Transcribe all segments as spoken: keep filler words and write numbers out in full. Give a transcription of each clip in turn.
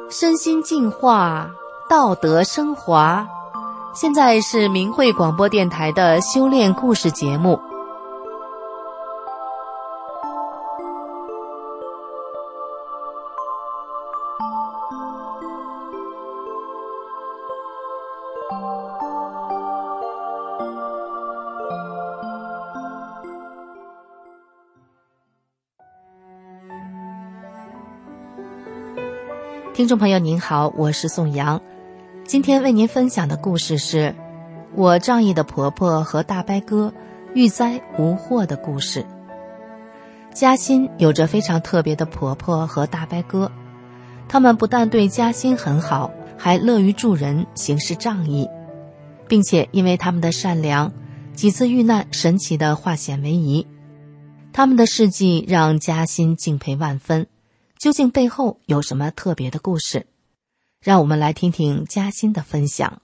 身心净化，道德升华。现在是明慧广播电台的修炼故事节目。听众朋友您好，我是宋阳。今天为您分享的故事是我仗义的婆婆和大伯哥遇灾无祸的故事。嘉欣有着非常特别的婆婆和大伯哥，他们不但对嘉欣很好，还乐于助人，行事仗义，并且因为他们的善良，几次遇难神奇地化险为夷。他们的事迹让嘉欣敬佩万分，究竟背后有什么特别的故事？让我们来听听嘉欣的分享。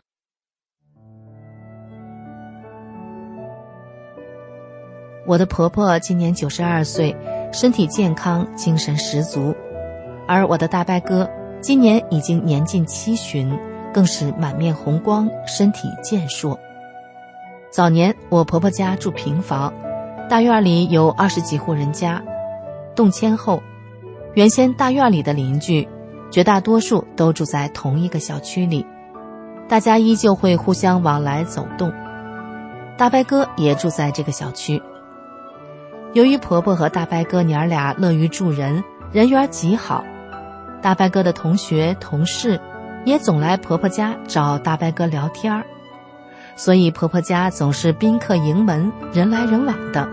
我的婆婆今年九十二岁，身体健康，精神十足。而我的大伯哥今年已经年近七旬，更是满面红光，身体健硕。早年我婆婆家住平房，大院里有二十几户人家。动迁后，原先大院里的邻居绝大多数都住在同一个小区里，大家依旧会互相往来走动。大伯哥也住在这个小区。由于婆婆和大伯哥娘俩乐于助人，人缘极好，大伯哥的同学同事也总来婆婆家找大伯哥聊天，所以婆婆家总是宾客盈门，人来人往的。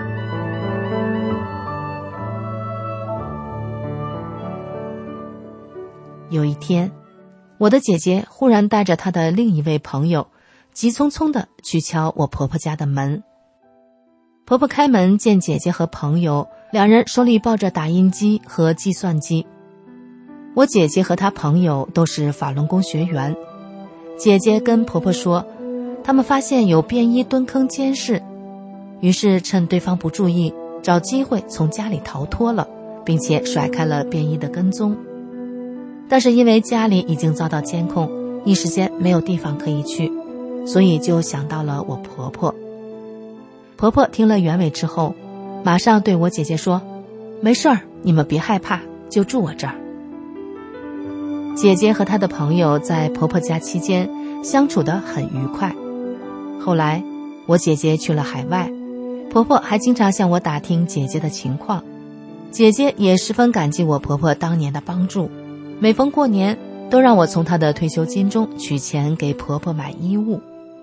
有一天，我的姐姐忽然带着她的另一位朋友，急匆匆地去敲我婆婆家的门。婆婆开门见姐姐和朋友，两人手里抱着打印机和计算机。我姐姐和她朋友都是法轮功学员。姐姐跟婆婆说，他们发现有便衣蹲坑监视，于是趁对方不注意，找机会从家里逃脱了，并且甩开了便衣的跟踪。但是因为家里已经遭到监控，一时间没有地方可以去，所以就想到了我婆婆。婆婆听了原委之后，马上对我姐姐说，没事儿，你们别害怕，就住我这儿。姐姐和她的朋友在婆婆家期间相处得很愉快。后来我姐姐去了海外，婆婆还经常向我打听姐姐的情况，姐姐也十分感激我婆婆当年的帮助，每逢过年都让我从她的退休金中取钱给婆婆买衣物。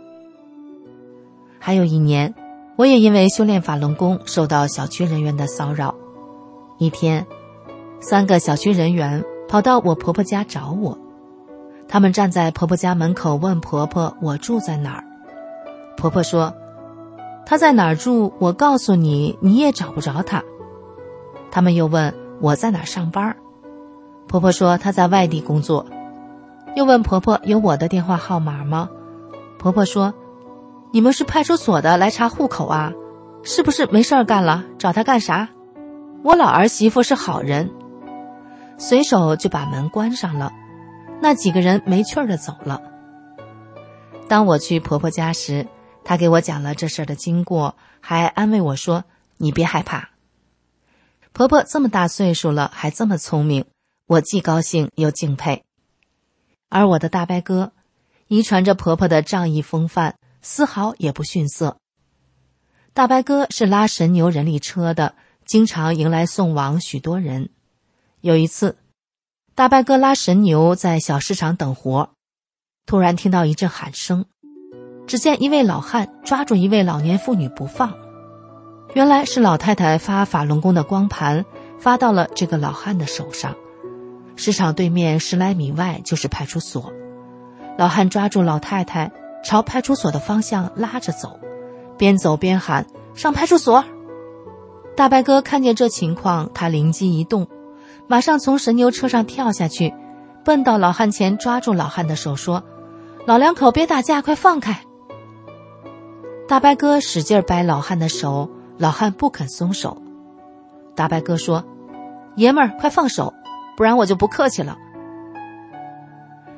还有一年，我也因为修炼法轮功受到小区人员的骚扰。一天，三个小区人员跑到我婆婆家找我，他们站在婆婆家门口问婆婆我住在哪儿。婆婆说，她在哪儿住，我告诉你，你也找不着她。他们又问我在哪儿上班，婆婆说她在外地工作。又问婆婆有我的电话号码吗？婆婆说，你们是派出所的来查户口啊？是不是没事儿干了，找她干啥？我老儿媳妇是好人。随手就把门关上了，那几个人没趣儿地走了。当我去婆婆家时，她给我讲了这事儿的经过，还安慰我说，你别害怕。婆婆这么大岁数了，还这么聪明，我既高兴又敬佩。而我的大伯哥遗传着婆婆的仗义风范，丝毫也不逊色。大伯哥是拉神牛人力车的，经常迎来送往许多人。有一次，大伯哥拉神牛在小市场等活，突然听到一阵喊声，只见一位老汉抓住一位老年妇女不放。原来是老太太发法轮功的光盘发到了这个老汉的手上。市场对面十来米外就是派出所，老汉抓住老太太朝派出所的方向拉着走，边走边喊，上派出所。大伯哥看见这情况，他灵机一动，马上从神牛车上跳下去，奔到老汉前，抓住老汉的手说，老两口别打架，快放开。大伯哥使劲掰老汉的手，老汉不肯松手。大伯哥说，爷们儿快放手，不然我就不客气了。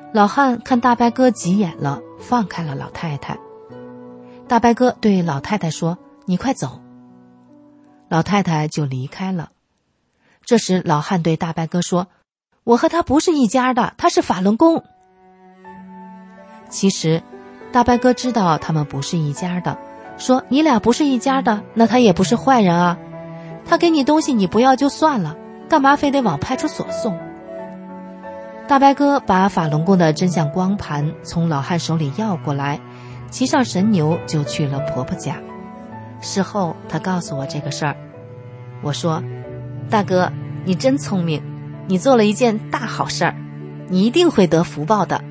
老汉看大白哥急眼了，放开了老太太。大白哥对老太太说：“你快走。”老太太就离开了。这时老汉对大白哥说：“我和他不是一家的，他是法轮功。”其实大白哥知道他们不是一家的，说：“你俩不是一家的，那他也不是坏人啊。他给你东西你不要就算了，干嘛非得往派出所送？”大白哥把法轮功的真相光盘从老汉手里要过来，骑上神牛就去了婆婆家。事后他告诉我这个事儿，我说：“大哥，你真聪明，你做了一件大好事儿，你一定会得福报的。”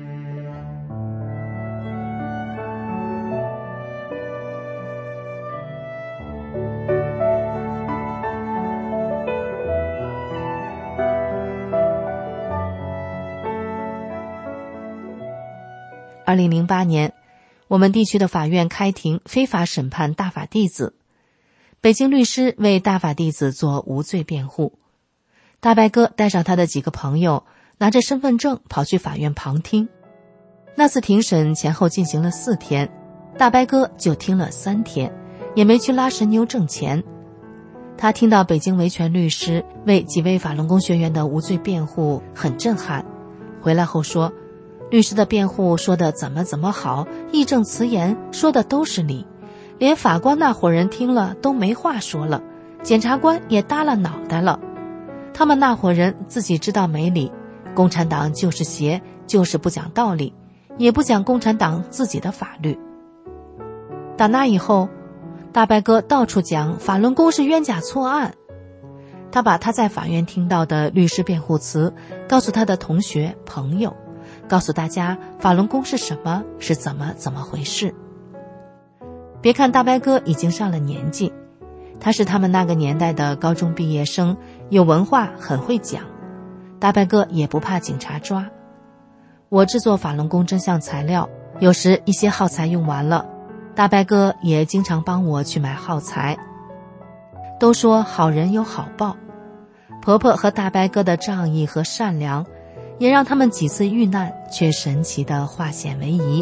二零零八年，我们地区的法院开庭非法审判大法弟子，北京律师为大法弟子做无罪辩护。大白哥带上他的几个朋友，拿着身份证跑去法院旁听。那次庭审前后进行了四天，大白哥就听了三天，也没去拉神牛挣钱。他听到北京维权律师为几位法轮功学员的无罪辩护，很震撼。回来后说，律师的辩护说的怎么怎么好，义正辞严，说的都是理，连法官那伙人听了都没话说了，检察官也耷了脑袋了。他们那伙人自己知道没理，共产党就是邪，就是不讲道理，也不讲共产党自己的法律。打那以后，大白哥到处讲法轮功是冤假错案。他把他在法院听到的律师辩护词告诉他的同学朋友，告诉大家法轮功是什么，是怎么怎么回事。别看大白哥已经上了年纪，他是他们那个年代的高中毕业生，有文化，很会讲。大白哥也不怕警察抓。我制作法轮功真相材料，有时一些耗材用完了，大白哥也经常帮我去买耗材。都说好人有好报，婆婆和大白哥的仗义和善良，也让他们几次遇难却神奇地化险为夷。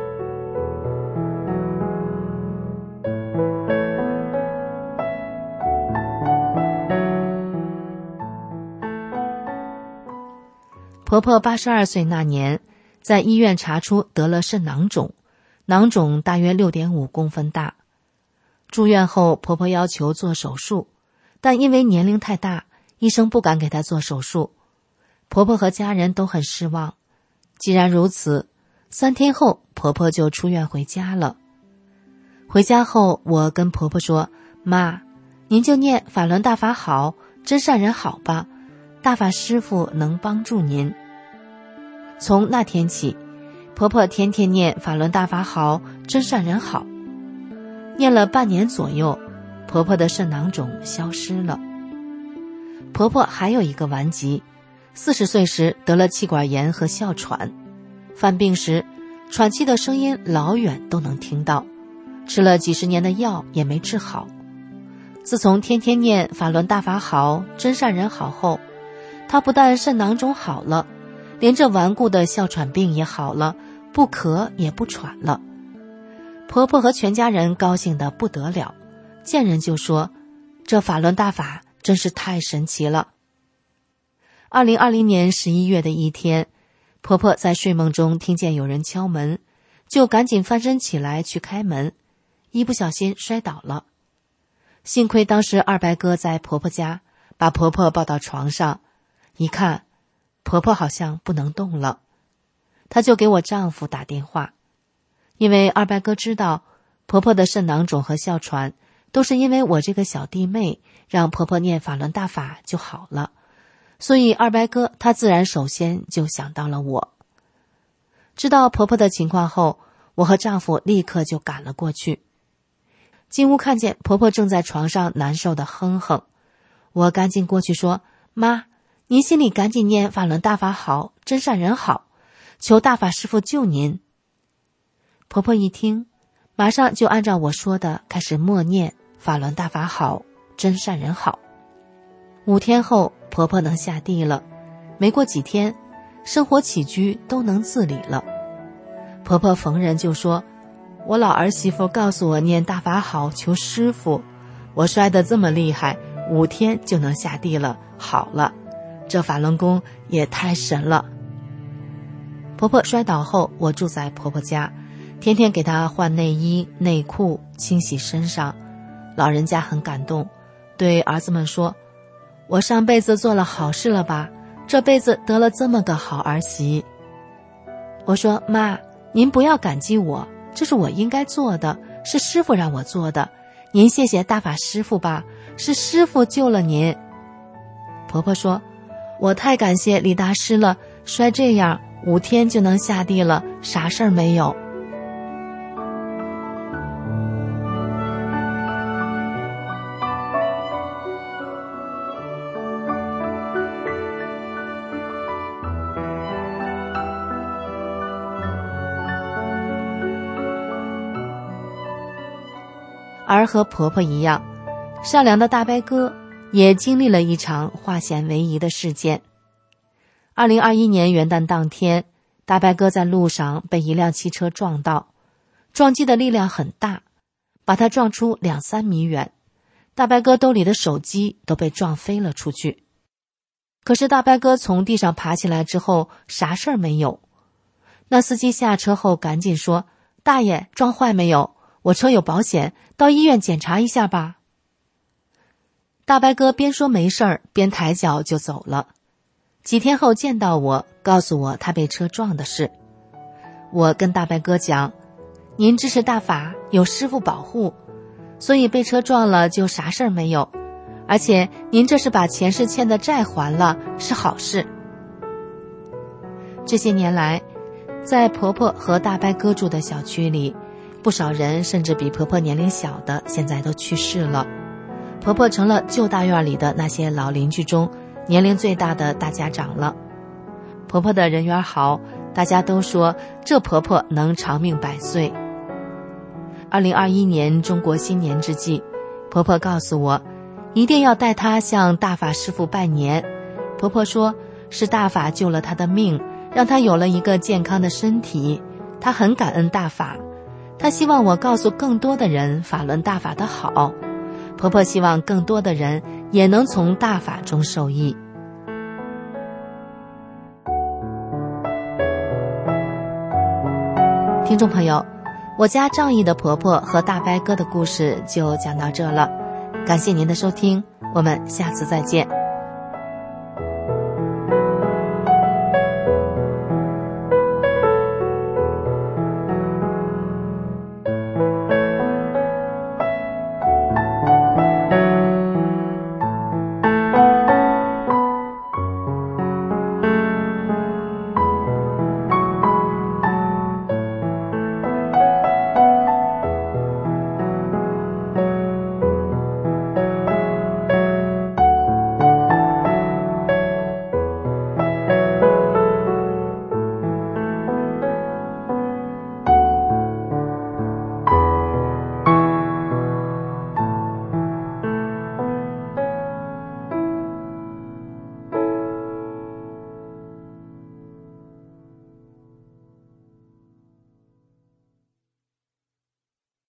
婆婆八十二岁那年，在医院查出得了肾囊肿，囊肿大约 六点五公分大。住院后，婆婆要求做手术，但因为年龄太大，医生不敢给她做手术。婆婆和家人都很失望。既然如此，三天后婆婆就出院回家了。回家后，我跟婆婆说：“妈，您就念法轮大法好，真善人好吧，大法师父能帮助您。”从那天起，婆婆天天念法轮大法好，真善人好。念了半年左右，婆婆的肾囊肿消失了。婆婆还有一个顽疾，四十岁时得了气管炎和哮喘，犯病时喘气的声音老远都能听到，吃了几十年的药也没治好。自从天天念法轮大法好，真善人好后，她不但肾囊肿好了，连这顽固的哮喘病也好了，不咳也不喘了。婆婆和全家人高兴得不得了，见人就说：“这法轮大法真是太神奇了。”二零二零年十一月的一天，婆婆在睡梦中听见有人敲门，就赶紧翻身起来去开门，一不小心摔倒了。幸亏当时二白哥在婆婆家，把婆婆抱到床上，一看婆婆好像不能动了，她就给我丈夫打电话。因为二白哥知道婆婆的肾囊肿和哮喘都是因为我这个小弟妹让婆婆念法轮大法就好了，所以二白哥他自然首先就想到了我。知道婆婆的情况后，我和丈夫立刻就赶了过去。进屋看见婆婆正在床上难受的哼哼，我赶紧过去说：“妈，您心里赶紧念法轮大法好，真善人好，求大法师父救您。”婆婆一听，马上就按照我说的开始默念法轮大法好，真善人好。五天后，婆婆能下地了。没过几天， 生活起居都能自理了。婆婆逢人就说，我老儿媳妇告诉我念大法好求师傅，我摔得这么厉害，五天就能下地了，好了，这法轮功也太神了。婆婆摔倒后，我住在婆婆家，天天给她换内衣内裤，清洗身上。老人家很感动，对儿子们说，我上辈子做了好事了吧，这辈子得了这么个好儿媳。我说，妈，您不要感激我，这是我应该做的，是师父让我做的，您谢谢大法师父吧，是师父救了您。婆婆说，我太感谢李大师了，摔这样五天就能下地了，啥事儿没有。而和婆婆一样，善良的大伯哥也经历了一场化险为夷的事件。二零二一年元旦当天，大伯哥在路上被一辆汽车撞到，撞击的力量很大，把他撞出两三米远，大伯哥兜里的手机都被撞飞了出去。可是大伯哥从地上爬起来之后，啥事儿没有。那司机下车后赶紧说，大爷，撞坏没有？我车有保险，到医院检查一下吧。大伯哥边说没事儿，边抬脚就走了。几天后见到我，告诉我他被车撞的事。我跟大伯哥讲，您支持大法，有师父保护，所以被车撞了就啥事儿没有，而且您这是把前世欠的债还了，是好事。这些年来，在婆婆和大伯哥住的小区里，不少人甚至比婆婆年龄小的现在都去世了，婆婆成了旧大院里的那些老邻居中年龄最大的大家长了。婆婆的人缘好，大家都说这婆婆能长命百岁。二零二一年中国新年之际，婆婆告诉我一定要带她向大法师父拜年。婆婆说是大法救了她的命，让她有了一个健康的身体，她很感恩大法，她希望我告诉更多的人法轮大法的好，婆婆希望更多的人也能从大法中受益。听众朋友，我家仗义的婆婆和大伯哥的故事就讲到这了，感谢您的收听，我们下次再见。